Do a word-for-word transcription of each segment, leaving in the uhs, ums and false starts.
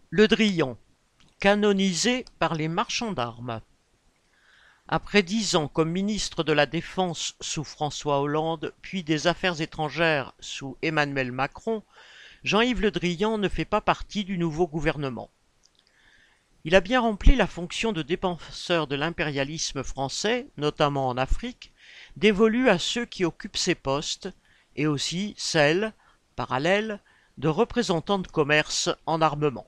Le Drian, canonisé par les marchands d'armes. Après dix ans comme ministre de la Défense sous François Hollande, puis des Affaires étrangères sous Emmanuel Macron, Jean-Yves Le Drian ne fait pas partie du nouveau gouvernement. Il a bien rempli la fonction de défenseur de l'impérialisme français, notamment en Afrique, dévolue à ceux qui occupent ces postes, et aussi celle, parallèle, de représentant de commerce en armement.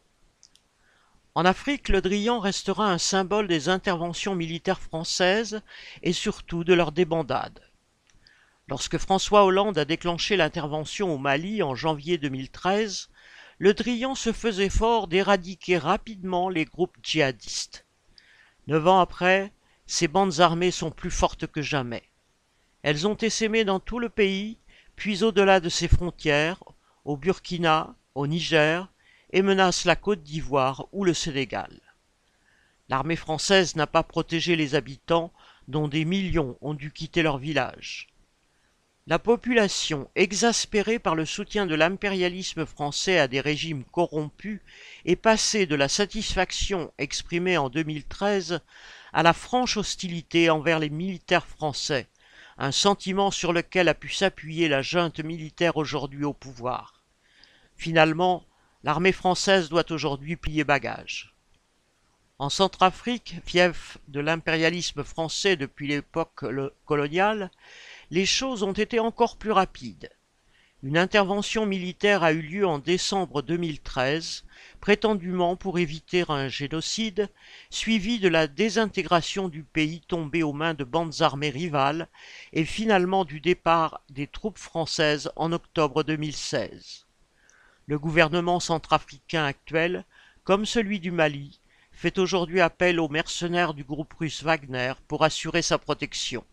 En Afrique, Le Drian restera un symbole des interventions militaires françaises et surtout de leurs débandades. Lorsque François Hollande a déclenché l'intervention au Mali en janvier deux mille treize, Le Drian se faisait fort d'éradiquer rapidement les groupes djihadistes. Neuf ans après, ces bandes armées sont plus fortes que jamais. Elles ont essaimé dans tout le pays, puis au-delà de ses frontières, au Burkina, au Niger, et menacent la Côte d'Ivoire ou le Sénégal. L'armée française n'a pas protégé les habitants, dont des millions ont dû quitter leur village. La population, exaspérée par le soutien de l'impérialisme français à des régimes corrompus, est passée de la satisfaction exprimée en deux mille treize à la franche hostilité envers les militaires français, un sentiment sur lequel a pu s'appuyer la junte militaire aujourd'hui au pouvoir. Finalement, l'armée française doit aujourd'hui plier bagage. En Centrafrique, fief de l'impérialisme français depuis l'époque coloniale, les choses ont été encore plus rapides. Une intervention militaire a eu lieu en décembre deux mille treize, prétendument pour éviter un génocide, suivi de la désintégration du pays tombé aux mains de bandes armées rivales et finalement du départ des troupes françaises en octobre deux mille seize. Le gouvernement centrafricain actuel, comme celui du Mali, fait aujourd'hui appel aux mercenaires du groupe russe Wagner pour assurer sa protection.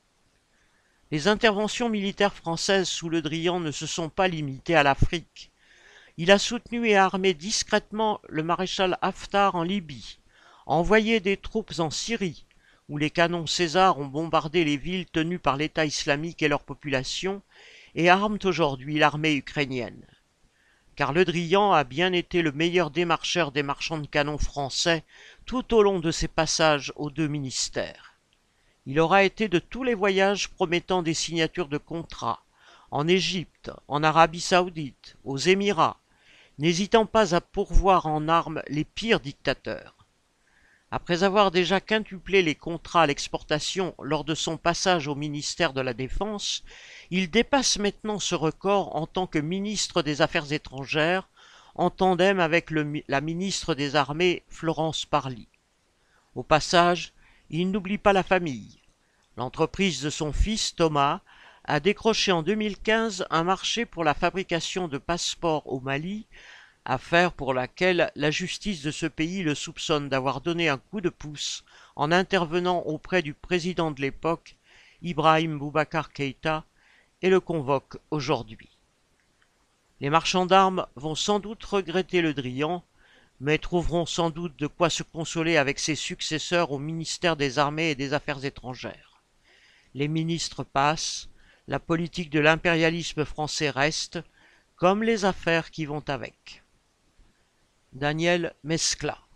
Les interventions militaires françaises sous Le Drian ne se sont pas limitées à l'Afrique. Il a soutenu et armé discrètement le maréchal Haftar en Libye, envoyé des troupes en Syrie, où les canons César ont bombardé les villes tenues par l'État islamique et leur population, et arment aujourd'hui l'armée ukrainienne. Car Le Drian a bien été le meilleur démarcheur des marchands de canons français tout au long de ses passages aux deux ministères. Il aura été de tous les voyages promettant des signatures de contrats, en Égypte, en Arabie Saoudite, aux Émirats, n'hésitant pas à pourvoir en armes les pires dictateurs. Après avoir déjà quintuplé les contrats à l'exportation lors de son passage au ministère de la Défense, il dépasse maintenant ce record en tant que ministre des Affaires étrangères, en tandem avec le, la ministre des Armées Florence Parly. Au passage, il n'oublie pas la famille. L'entreprise de son fils Thomas a décroché en deux mille quinze un marché pour la fabrication de passeports au Mali, affaire pour laquelle la justice de ce pays le soupçonne d'avoir donné un coup de pouce en intervenant auprès du président de l'époque, Ibrahim Boubacar Keïta, et le convoque aujourd'hui. Les marchands d'armes vont sans doute regretter Le Drian, mais trouveront sans doute de quoi se consoler avec ses successeurs au ministère des Armées et des Affaires étrangères. Les ministres passent, la politique de l'impérialisme français reste, comme les affaires qui vont avec. Daniel Mescla.